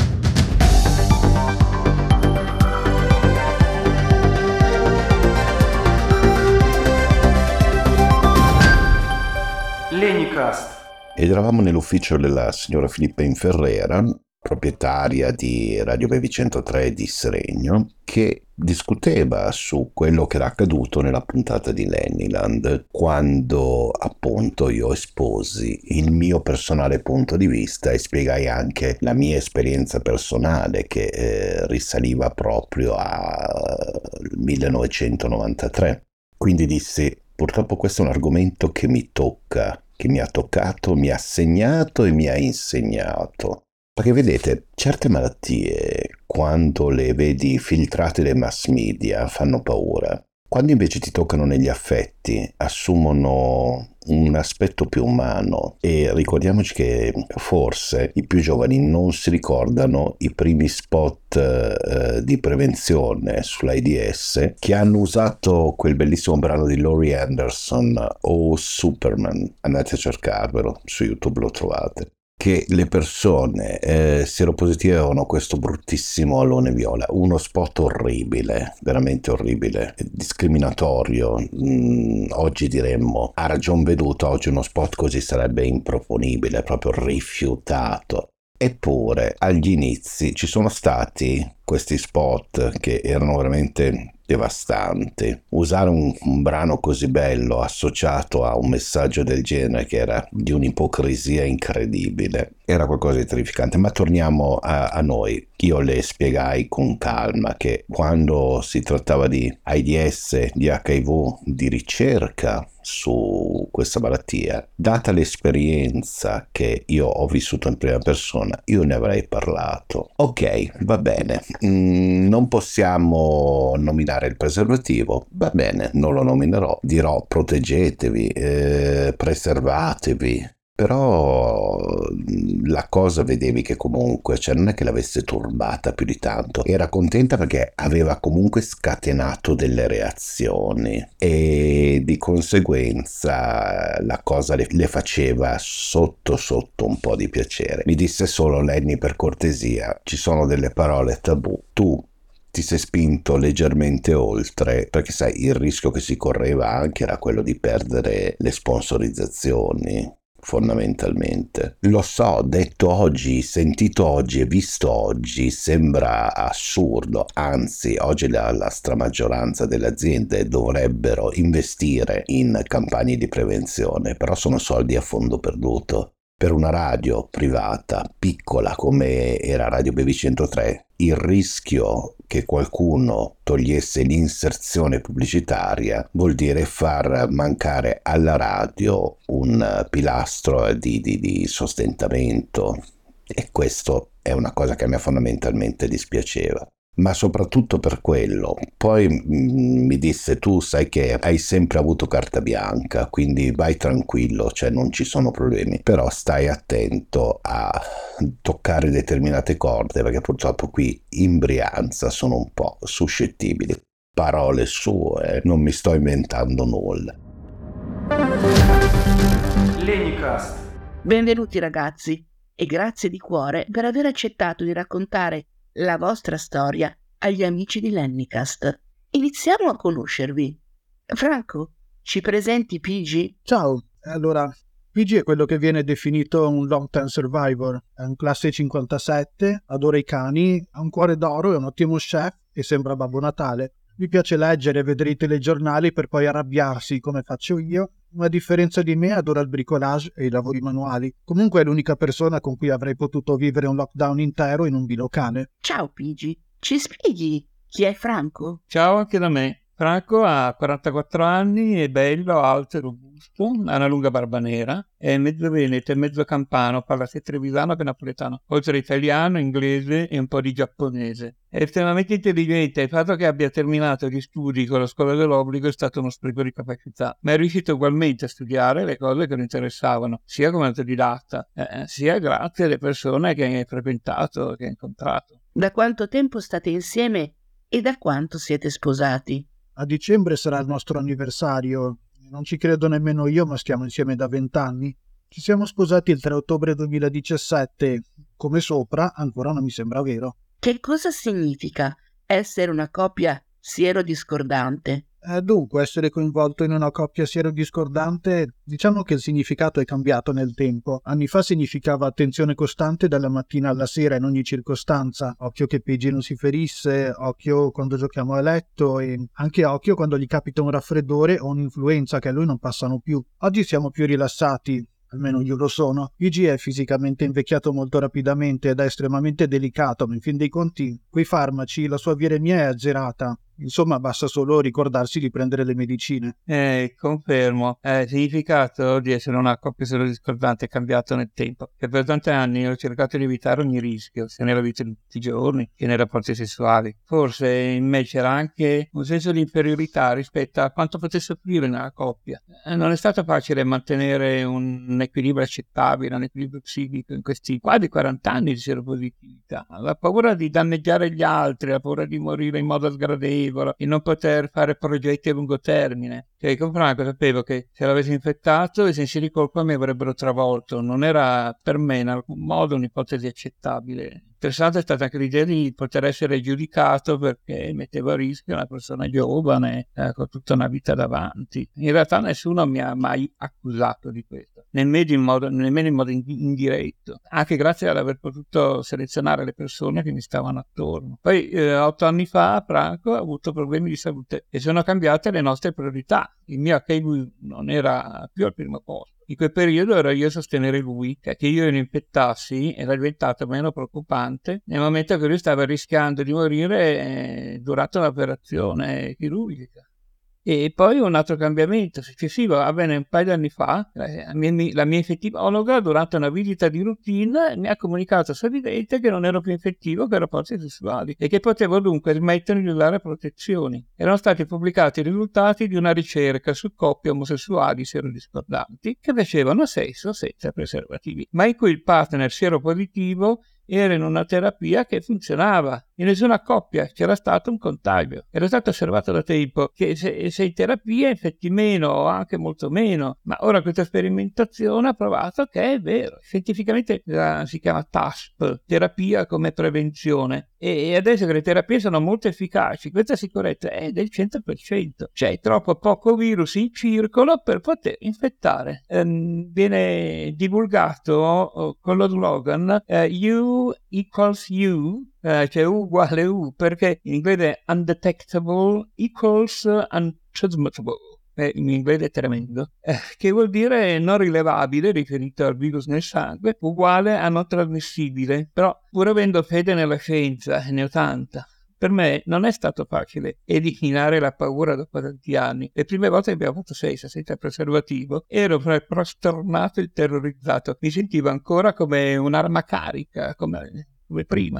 Legnicast. Ed eravamo nell'ufficio della signora Filippa Inferrera, proprietaria di Radio Baby 103 di Seregno, che discuteva su quello che era accaduto nella puntata di Lennyland, quando appunto io esposi il mio personale punto di vista e spiegai anche la mia esperienza personale che risaliva proprio al 1993. Quindi dissi, purtroppo questo è un argomento che mi tocca, che mi ha toccato, mi ha segnato e mi ha insegnato. Perché vedete, certe malattie, quando le vedi filtrate dai mass media, fanno paura. Quando invece ti toccano negli affetti, assumono un aspetto più umano e ricordiamoci che forse i più giovani non si ricordano i primi spot di prevenzione sull'AIDS che hanno usato quel bellissimo brano di Laurie Anderson, Oh Superman, andate a cercarvelo, su YouTube lo trovate. Che le persone sieropositive avevano questo bruttissimo alone viola, uno spot orribile, veramente orribile, discriminatorio. Oggi diremmo a ragion veduta, oggi uno spot così sarebbe improponibile, proprio rifiutato. Eppure agli inizi ci sono stati questi spot che erano veramente devastanti. Usare un brano così bello associato a un messaggio del genere che era di un'ipocrisia incredibile. era qualcosa di terrificante. Ma torniamo a noi. Io le spiegai con calma che quando si trattava di AIDS, di HIV, di ricerca su questa malattia, data l'esperienza che io ho vissuto in prima persona, io ne avrei parlato. Ok, va bene, non possiamo nominare il preservativo, va bene, non lo nominerò, dirò proteggetevi, preservatevi. Però la cosa vedevi che comunque, cioè non è che l'avesse turbata più di tanto, era contenta perché aveva comunque scatenato delle reazioni e di conseguenza la cosa le faceva sotto un po' di piacere. Mi disse solo: Lenny, per cortesia, ci sono delle parole tabù, tu ti sei spinto leggermente oltre, perché sai, il rischio che si correva anche era quello di perdere le sponsorizzazioni. Fondamentalmente lo so, detto oggi, sentito oggi e visto oggi sembra assurdo, anzi oggi la stramaggioranza delle aziende dovrebbero investire in campagne di prevenzione, però sono soldi a fondo perduto. Per una radio privata piccola come era Radio Baby 103, il rischio che qualcuno togliesse l'inserzione pubblicitaria vuol dire far mancare alla radio un pilastro di sostentamento, e questo è una cosa che a me fondamentalmente dispiaceva. Ma soprattutto per quello. Poi mi disse: tu sai che hai sempre avuto carta bianca, quindi vai tranquillo, cioè non ci sono problemi, però stai attento a toccare determinate corde, perché purtroppo qui in Brianza sono un po' suscettibili. Parole sue, non mi sto inventando nulla. Lennycast. Benvenuti ragazzi e grazie di cuore per aver accettato di raccontare la vostra storia agli amici di Lennycast. Iniziamo a conoscervi. Franco, ci presenti PG? Ciao, allora PG è quello che viene definito un long term survivor, è un classe 57, adora i cani, ha un cuore d'oro, è un ottimo chef e sembra Babbo Natale. Mi piace leggere e vedere i telegiornali per poi arrabbiarsi come faccio io, ma a differenza di me adora il bricolage e i lavori manuali. Comunque è l'unica persona con cui avrei potuto vivere un lockdown intero in un bilocale. Ciao PG, ci spieghi chi è Franco? Ciao anche da me. Franco ha 44 anni, è bello, alto e robusto, ha una lunga barba nera, è mezzo veneto e mezzo campano, parla sia trevisano che napoletano, oltre a italiano, inglese e un po' di giapponese. È estremamente intelligente, il fatto che abbia terminato gli studi con la scuola dell'obbligo è stato uno spreco di capacità, ma è riuscito ugualmente a studiare le cose che lo interessavano, sia come autodidatta, sia grazie alle persone che hai frequentato, che hai incontrato. Da quanto tempo state insieme e da quanto siete sposati? A dicembre sarà il nostro anniversario. Non ci credo nemmeno io, ma stiamo insieme da 20 anni. Ci siamo sposati il 3 ottobre 2017. Come sopra, ancora non mi sembra vero. Che cosa significa essere una coppia siero-discordante? Dunque, essere coinvolto in una coppia siero-discordante, diciamo che il significato è cambiato nel tempo. Anni fa significava attenzione costante dalla mattina alla sera in ogni circostanza. Occhio che PG non si ferisse, occhio quando giochiamo a letto e anche occhio quando gli capita un raffreddore o un'influenza che a lui non passano più. Oggi siamo più rilassati. Almeno io lo sono. PG è fisicamente invecchiato molto rapidamente ed è estremamente delicato, ma in fin dei conti, quei farmaci, la sua viremia è azzerata. Insomma, basta solo ricordarsi di prendere le medicine. Confermo. Il significato di essere una coppia discordante è cambiato nel tempo. Che per tanti anni ho cercato di evitare ogni rischio, sia nella vita di tutti i giorni che nei rapporti sessuali. Forse in me c'era anche un senso di inferiorità rispetto a quanto potesse offrire nella coppia. Non è stato facile mantenere un equilibrio accettabile, un equilibrio psichico in questi quasi 40 anni di seropositività. La paura di danneggiare gli altri, la paura di morire in modo sgradevole, di non poter fare progetti a lungo termine. Cioè, con Franco sapevo che se l'avessi infettato i sensi di colpa mi avrebbero travolto. Non era per me in alcun modo un'ipotesi accettabile. Interessante è stata anche l'idea di poter essere giudicato perché mettevo a rischio una persona giovane con tutta una vita davanti. In realtà nessuno mi ha mai accusato di questo, nemmeno in modo indiretto, anche grazie ad aver potuto selezionare le persone che mi stavano attorno. Poi 8 anni fa Franco ha avuto problemi di salute e sono cambiate le nostre priorità. Il mio HIV non era più al primo posto. In quel periodo ero io a sostenere lui, che io lo infettassi era diventato meno preoccupante nel momento che lui stava rischiando di morire durante un'operazione chirurgica. E poi un altro cambiamento successivo avvenne un paio di anni fa. La mia infettivologa, durante una visita di routine, mi ha comunicato sorridente che non ero più infettivo per rapporti sessuali e che potevo dunque smettere di usare protezioni. Erano stati pubblicati i risultati di una ricerca su coppie omosessuali serodiscordanti che facevano sesso senza preservativi, ma in cui il partner seropositivo era in una terapia che funzionava. In nessuna coppia c'era stato un contagio. Era stato osservato da tempo che se in terapia infetti meno o anche molto meno, ma ora questa sperimentazione ha provato che è vero. Scientificamente si chiama TASP, terapia come prevenzione, e adesso che le terapie sono molto efficaci, questa sicurezza è del 100%. C'è troppo poco virus in circolo per poter infettare. Viene divulgato con lo slogan U equals U, cioè U uguale U, perché in inglese undetectable equals untransmittable. In inglese è tremendo, che vuol dire non rilevabile, riferito al virus nel sangue, uguale a non trasmissibile. Però, pur avendo fede nella scienza, ne ho tanta, per me non è stato facile eliminare la paura dopo tanti anni. Le prime volte che abbiamo avuto sesso senza preservativo ero prosternato e terrorizzato. Mi sentivo ancora come un'arma carica, come prima.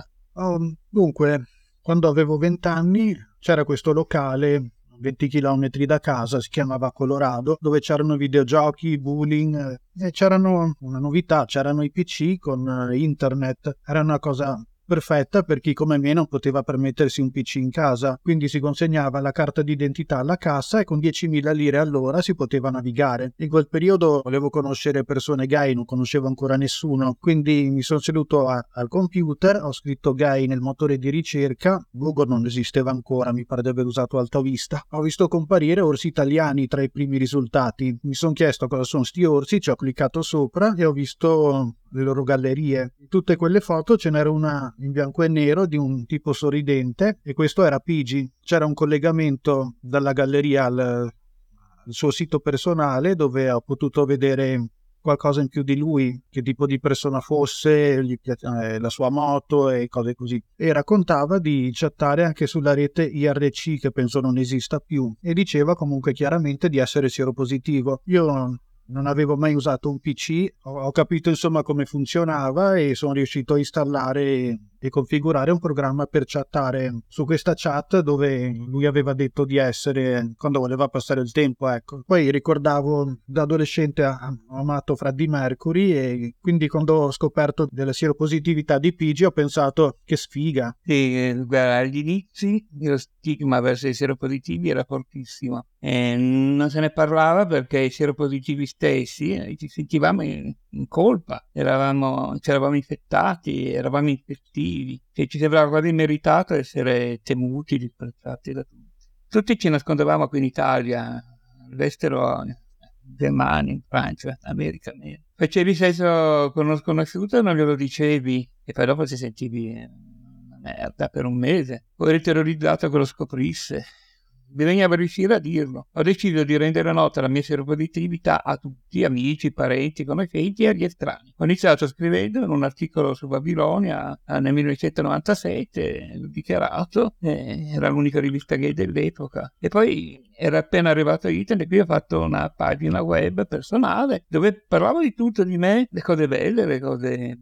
Dunque, quando avevo 20 anni c'era questo locale 20 chilometri da casa, si chiamava Colorado, dove c'erano videogiochi, bowling, e c'erano una novità, c'erano i PC con internet. Era una cosa perfetta per chi come me non poteva permettersi un PC in casa, quindi si consegnava la carta d'identità alla cassa e con 10.000 lire all'ora si poteva navigare. In quel periodo volevo conoscere persone gay, non conoscevo ancora nessuno, quindi mi sono seduto al computer, ho scritto gay nel motore di ricerca, Google non esisteva ancora, mi pare di aver usato AltaVista, ho visto comparire orsi italiani tra i primi risultati, mi sono chiesto cosa sono sti orsi, ci ho cliccato sopra e ho visto le loro gallerie. In tutte quelle foto ce n'era una in bianco e nero di un tipo sorridente e questo era Pigi. C'era un collegamento dalla galleria al suo sito personale dove ho potuto vedere qualcosa in più di lui, che tipo di persona fosse, la sua moto e cose così. E raccontava di chattare anche sulla rete IRC, che penso non esista più, e diceva comunque chiaramente di essere sieropositivo. Io non avevo mai usato un PC, ho capito insomma come funzionava e sono riuscito a installare e configurare un programma per chattare su questa chat dove lui aveva detto di essere quando voleva passare il tempo, ecco. Poi ricordavo da adolescente ho amato Freddie Mercury e quindi quando ho scoperto della sieropositività di Pigi ho pensato che sfiga. Sì, guarda, agli inizi lo stigma verso i sieropositivi era fortissimo e non se ne parlava perché i sieropositivi stessi ci sentivamo in colpa, ci eravamo infettati, eravamo infettivi, che ci sembrava quasi meritato essere temuti, disprezzati da tutti. Tutti ci nascondevamo qui in Italia, all'estero, in Germania, in Francia, America. Facevi sesso con uno sconosciuto e non glielo dicevi e poi dopo ti sentivi una merda per un mese, poi eri terrorizzato che lo scoprisse. Bisognava riuscire a dirlo. Ho deciso di rendere nota la mia sieropositività a tutti, amici, parenti, conoscenti e agli estranei. Ho iniziato scrivendo in un articolo su Babilonia nel 1997, l'ho dichiarato, era l'unica rivista gay dell'epoca. E poi era appena arrivato internet e qui ho fatto una pagina web personale dove parlavo di tutto di me, le cose belle, le cose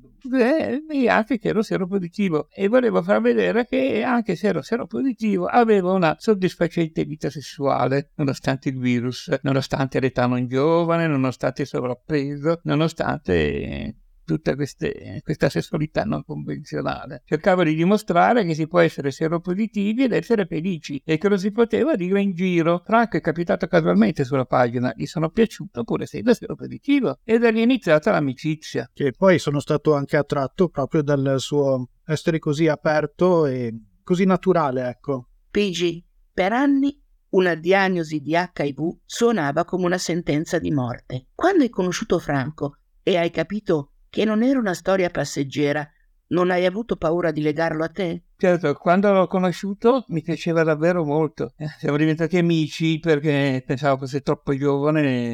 e anche che ero seropositivo e volevo far vedere che anche se ero seropositivo avevo una soddisfacente vita sessuale nonostante il virus, nonostante l'età non giovane, nonostante il sovrappeso, nonostante tutta questa sessualità non convenzionale. Cercavo di dimostrare che si può essere seropositivi ed essere felici e che lo si poteva dire in giro. Franco è capitato casualmente sulla pagina, gli sono piaciuto pur essendo seropositivo e da lì è iniziata l'amicizia. Che poi sono stato anche attratto proprio dal suo essere così aperto e così naturale, ecco. Pigi, per anni una diagnosi di HIV suonava come una sentenza di morte. Quando hai conosciuto Franco e hai capito che non era una storia passeggera, non hai avuto paura di legarlo a te? Certo, quando l'ho conosciuto mi piaceva davvero molto. Siamo diventati amici perché pensavo fosse troppo giovane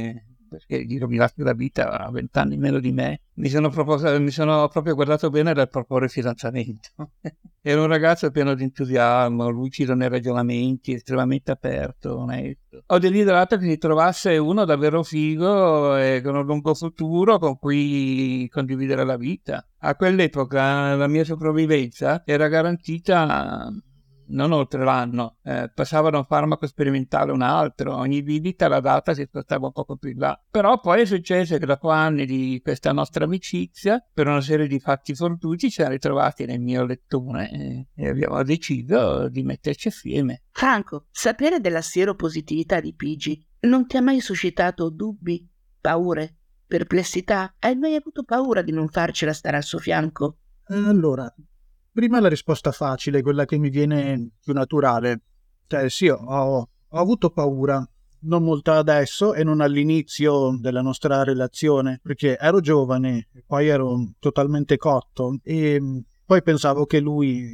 perché gli rovinato la vita a 20 anni meno di me. Mi sono proprio guardato bene dal proporre fidanzamento. Era un ragazzo pieno di entusiasmo, lucido nei ragionamenti, estremamente aperto, onesto. Ho desiderato che si trovasse uno davvero figo e con un lungo futuro con cui condividere la vita. A quell'epoca la mia sopravvivenza era garantita non oltre l'anno, passava da un farmaco sperimentale a un altro, ogni visita la data si spostava un poco più in là. Però poi è successo che dopo anni di questa nostra amicizia, per una serie di fatti fortuiti, ci siamo ritrovati nel mio lettone e abbiamo deciso di metterci assieme. Franco, sapere della seropositività di Pigi non ti ha mai suscitato dubbi, paure, perplessità? Hai mai avuto paura di non farcela stare al suo fianco? Allora, prima la risposta facile, quella che mi viene più naturale. Cioè sì, ho avuto paura, non molta adesso e non all'inizio della nostra relazione, perché ero giovane, poi ero totalmente cotto e poi pensavo che lui,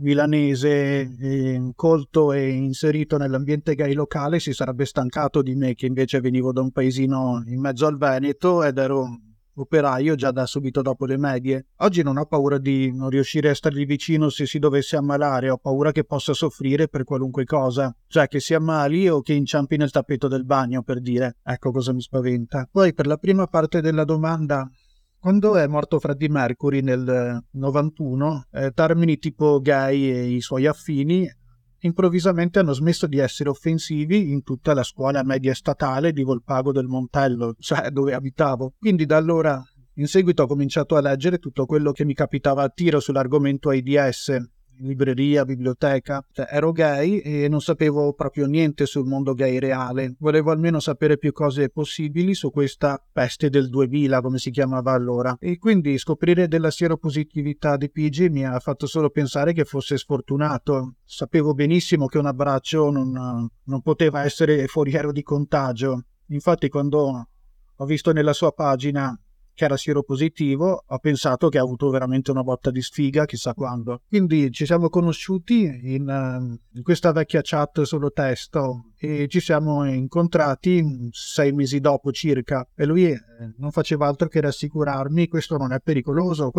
milanese, colto e inserito nell'ambiente gay locale, si sarebbe stancato di me, che invece venivo da un paesino in mezzo al Veneto ed ero operaio già da subito dopo le medie. Oggi non ho paura di non riuscire a stargli vicino se si dovesse ammalare, ho paura che possa soffrire per qualunque cosa, cioè che si ammali o che inciampi nel tappeto del bagno, per dire. Ecco cosa mi spaventa. Poi per la prima parte della domanda, quando è morto Freddie Mercury nel 91, termini tipo gay e i suoi affini improvvisamente hanno smesso di essere offensivi in tutta la scuola media statale di Volpago del Montello, cioè dove abitavo. Quindi da allora, in seguito, ho cominciato a leggere tutto quello che mi capitava a tiro sull'argomento AIDS, libreria, biblioteca. Cioè, ero gay e non sapevo proprio niente sul mondo gay reale. Volevo almeno sapere più cose possibili su questa peste del 2000, come si chiamava allora. E quindi scoprire della sieropositività di Pigi mi ha fatto solo pensare che fosse sfortunato. Sapevo benissimo che un abbraccio non poteva essere foriero di contagio. Infatti, quando ho visto nella sua pagina che era sieropositivo, ho pensato che ha avuto veramente una botta di sfiga, chissà quando. Quindi ci siamo conosciuti in questa vecchia chat solo testo e ci siamo incontrati 6 mesi dopo circa e lui non faceva altro che rassicurarmi: questo non è pericoloso,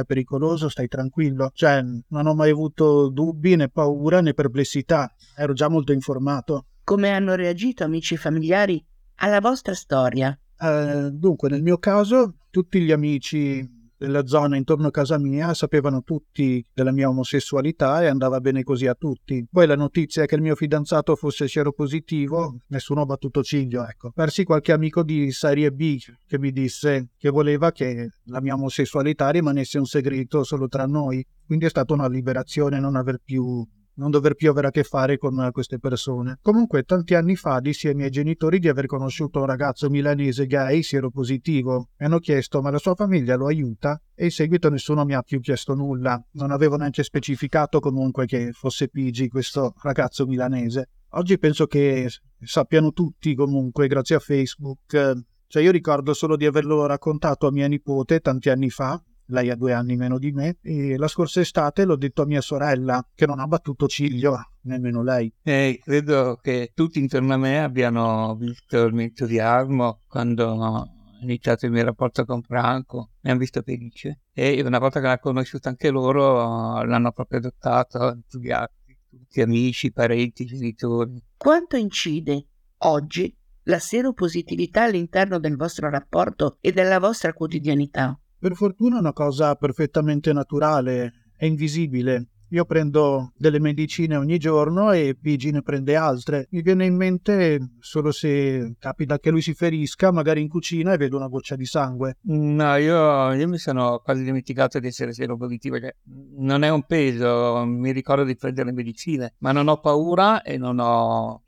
stai tranquillo. Cioè, non ho mai avuto dubbi, né paura, né perplessità, ero già molto informato. Come hanno reagito amici e familiari alla vostra storia? Dunque, nel mio caso, tutti gli amici della zona intorno a casa mia sapevano tutti della mia omosessualità e andava bene così a tutti. Poi la notizia che il mio fidanzato fosse sieropositivo, nessuno ha battuto ciglio, ecco. Persi qualche amico di serie B che mi disse che voleva che la mia omosessualità rimanesse un segreto solo tra noi. Quindi è stata una liberazione non dover più avere a che fare con queste persone. Comunque, tanti anni fa dissi ai miei genitori di aver conosciuto un ragazzo milanese gay sieropositivo. Mi hanno chiesto: ma la sua famiglia lo aiuta? E in seguito nessuno mi ha più chiesto nulla. Non avevo neanche specificato comunque che fosse Pigi, questo ragazzo milanese. Oggi penso che sappiano tutti comunque, grazie a Facebook. Cioè, io ricordo solo di averlo raccontato a mia nipote tanti anni fa. Lei ha 2 anni meno di me e la scorsa estate l'ho detto a mia sorella, che non ha battuto ciglio, nemmeno lei. Credo che tutti intorno a me abbiano visto il mio entusiasmo quando ho iniziato il mio rapporto con Franco, mi hanno visto felice e una volta che l'ha conosciuto anche loro l'hanno proprio adottato, entusiasti, tutti amici, parenti, genitori. Quanto incide oggi la seropositività all'interno del vostro rapporto e della vostra quotidianità? Per fortuna è una cosa perfettamente naturale, è invisibile. Io prendo delle medicine ogni giorno e Pigi ne prende altre. Mi viene in mente solo se capita che lui si ferisca, magari in cucina, e vedo una goccia di sangue. No, io mi sono quasi dimenticato di essere sieropositivo. Non è un peso, mi ricordo di prendere le medicine, ma non ho paura e non ho...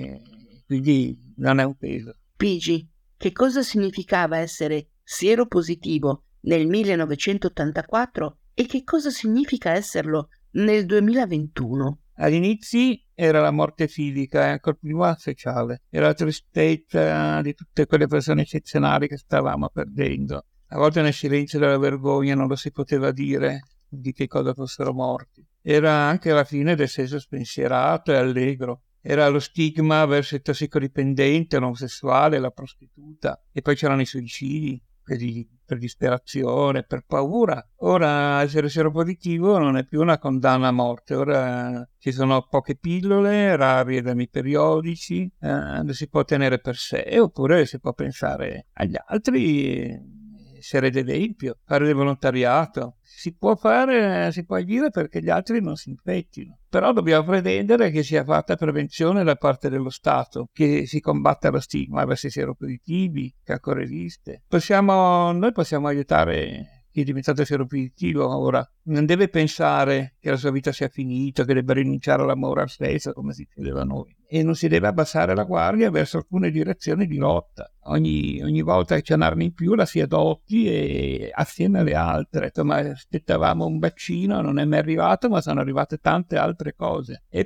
quindi non è un peso. Pigi, che cosa significava essere sieropositivo nel 1984 e che cosa significa esserlo nel 2021? All'inizio era la morte fisica e ancora prima sociale, era la tristezza di tutte quelle persone eccezionali che stavamo perdendo. A volte nel silenzio della vergogna non lo si poteva dire di che cosa fossero morti. Era anche la fine del senso spensierato e allegro. era lo stigma verso il tossicodipendente, l'omosessuale, la prostituta, e poi c'erano i suicidi, per disperazione, per paura. Ora essere seropositivo non è più una condanna a morte, ora ci sono poche pillole, rari esami periodici, lo si può tenere per sé, oppure si può pensare agli altri, essere d'esempio, fare del volontariato. Si può agire perché gli altri non si infettino. Però dobbiamo pretendere che sia fatta prevenzione da parte dello Stato, che si combatta lo stigma verso i seropositivi, che ancora esiste. Noi possiamo aiutare chi è diventato seropositivo ora. Non deve pensare che la sua vita sia finita, che debba rinunciare all'amore stesso, come si chiedeva a noi. E non si deve abbassare la guardia verso alcune direzioni di lotta. Ogni volta che c'è un'arma in più la si adotti e assieme alle altre. Ma aspettavamo un vaccino, non è mai arrivato, ma sono arrivate tante altre cose. E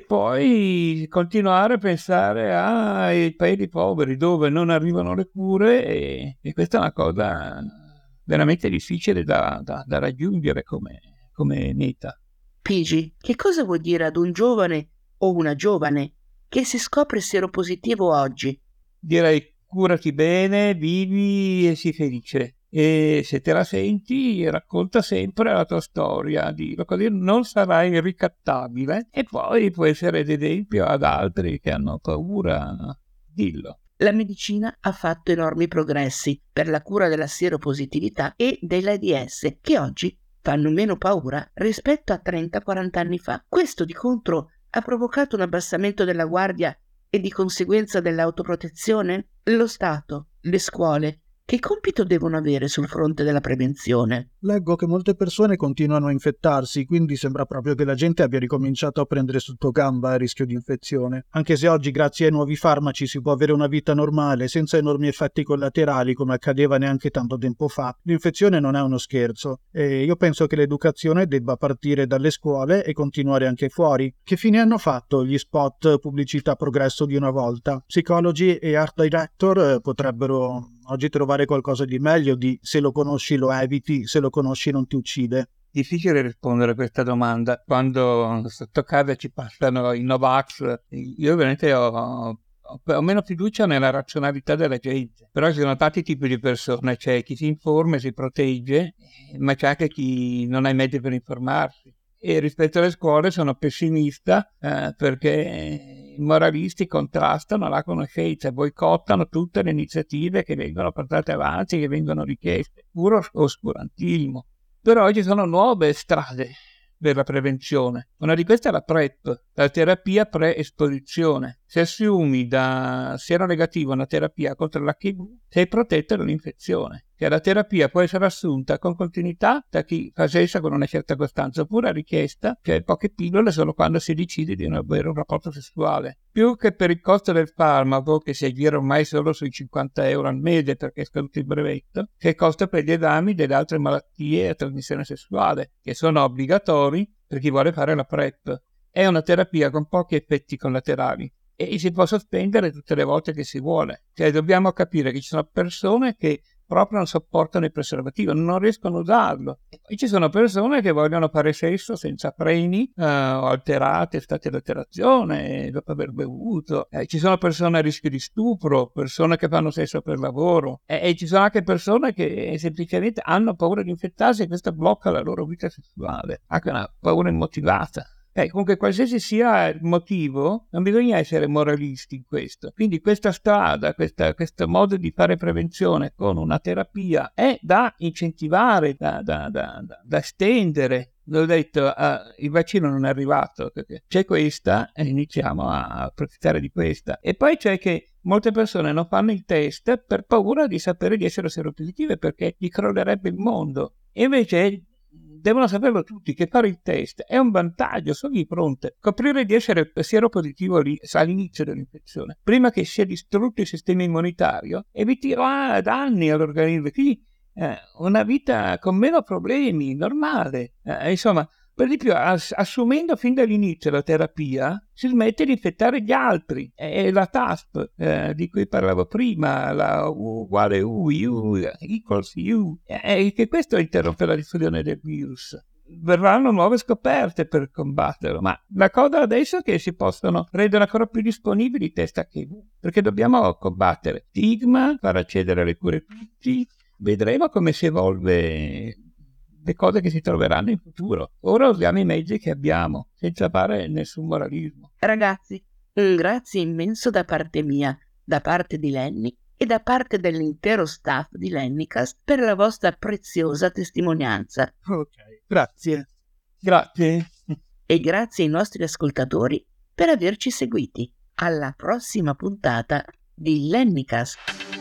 poi continuare a pensare ai paesi poveri dove non arrivano le cure, e questa è una cosa veramente difficile da raggiungere come meta. Pigi, che cosa vuol dire ad un giovane o una giovane che si scopre seropositivo oggi? Direi: curati bene, vivi e sii felice. E se te la senti, racconta sempre la tua storia, dillo, così non sarai ricattabile e poi puoi essere d'esempio ad altri che hanno paura. Dillo. La medicina ha fatto enormi progressi per la cura della seropositività e dell'AIDS, che oggi fanno meno paura rispetto a 30-40 anni fa. Questo, di contro, ha provocato un abbassamento della guardia e di conseguenza dell'autoprotezione? Lo Stato, le scuole, che compito devono avere sul fronte della prevenzione? Leggo che molte persone continuano a infettarsi, quindi sembra proprio che la gente abbia ricominciato a prendere sotto gamba il rischio di infezione. Anche se oggi, grazie ai nuovi farmaci, si può avere una vita normale, senza enormi effetti collaterali, come accadeva neanche tanto tempo fa, l'infezione non è uno scherzo. E io penso che l'educazione debba partire dalle scuole e continuare anche fuori. Che fine hanno fatto gli spot pubblicità progresso di una volta? Psicologi e art director potrebbero oggi trovare qualcosa di meglio di se lo conosci lo eviti, se lo conosci non ti uccide. Difficile rispondere a questa domanda. Quando sotto casa ci passano i Novax, io veramente ho meno fiducia nella razionalità della gente. Però ci sono tanti tipi di persone, c'è chi si informa e si protegge, ma c'è anche chi non ha i mezzi per informarsi. E rispetto alle scuole sono pessimista perché i moralisti contrastano la conoscenza e boicottano tutte le iniziative che vengono portate avanti, che vengono richieste. Puro oscurantismo. Però ci sono nuove strade per la prevenzione. Una di queste è la PrEP, la terapia pre-esposizione. Se assumi da seronegativo una terapia contro l'HIV, sei protetto dall'infezione. Che la terapia può essere assunta con continuità da chi fa sesso con una certa costanza, oppure a richiesta, cioè poche pillole solo quando si decide di non avere un rapporto sessuale. Più che per il costo del farmaco, che si aggira ormai solo sui 50 euro al mese perché è scaduto il brevetto, che il costo per gli esami delle altre malattie a trasmissione sessuale, che sono obbligatori per chi vuole fare la PrEP. È una terapia con pochi effetti collaterali e si può sospendere tutte le volte che si vuole. Cioè dobbiamo capire che ci sono persone che proprio non sopportano il preservativo, non riescono a usarlo. E poi ci sono persone che vogliono fare sesso senza freni o alterate, state di alterazione dopo aver bevuto. Ci sono persone a rischio di stupro, persone che fanno sesso per lavoro e ci sono anche persone che semplicemente hanno paura di infettarsi e questo blocca la loro vita sessuale, anche una paura immotivata. Comunque qualsiasi sia il motivo, non bisogna essere moralisti in questo. Quindi questa strada, questo modo di fare prevenzione con una terapia è da incentivare, da estendere. L'ho detto, il vaccino non è arrivato, c'è questa e iniziamo a approfittare di questa. E poi c'è che molte persone non fanno il test per paura di sapere di essere seropositive perché gli crollerebbe il mondo. E invece devono saperlo tutti che fare il test è un vantaggio, sono di fronte. Scoprire di essere seropositivo all'inizio dell'infezione, prima che sia distrutto il sistema immunitario, eviti danni all'organismo, quindi una vita con meno problemi, normale. Insomma, per di più, assumendo fin dall'inizio la terapia, si smette di infettare gli altri. È la TASP di cui parlavo prima, la U uguale U equals U, che questo interrompe la diffusione del virus. verranno nuove scoperte per combatterlo, ma la cosa adesso è che si possono rendere ancora più disponibili i test HIV, perché dobbiamo combattere stigma, far accedere alle cure tutti, vedremo come si evolve le cose che si troveranno in futuro. Ora usiamo i mezzi che abbiamo, senza fare nessun moralismo. Ragazzi, un grazie immenso da parte mia, da parte di Lenny e da parte dell'intero staff di Lennycast per la vostra preziosa testimonianza. Ok, grazie. Grazie. E grazie ai nostri ascoltatori per averci seguiti. Alla prossima puntata di Lennycast.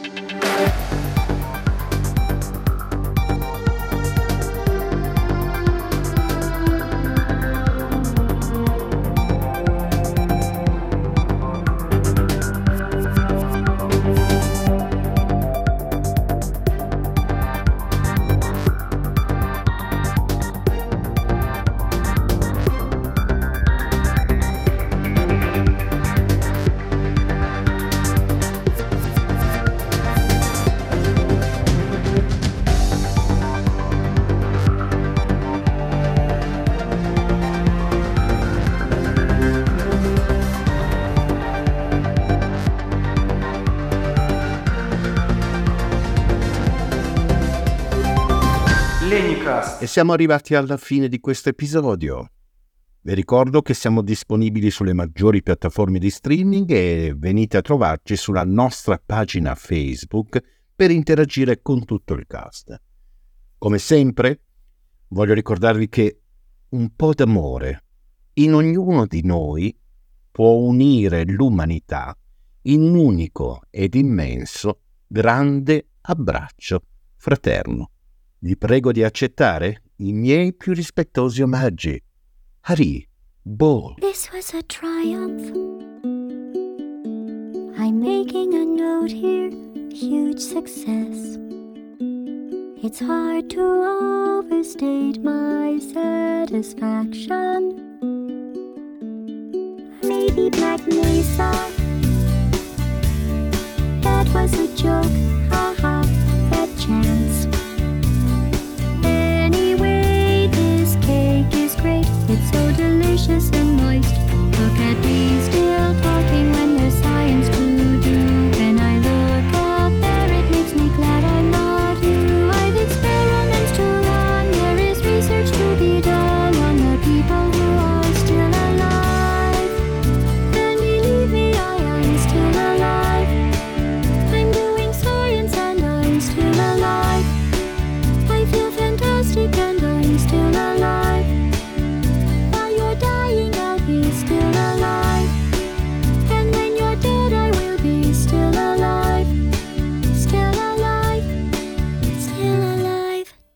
E siamo arrivati alla fine di questo episodio. Vi ricordo che siamo disponibili sulle maggiori piattaforme di streaming e venite a trovarci sulla nostra pagina Facebook per interagire con tutto il cast. Come sempre, voglio ricordarvi che un po' d'amore in ognuno di noi può unire l'umanità in un unico ed immenso grande abbraccio fraterno. Vi prego di accettare i miei più rispettosi omaggi. Hari Bol. This was a triumph. I'm making a note here, huge success. It's hard to overstate my satisfaction. Maybe Black Mesa, that was a joke.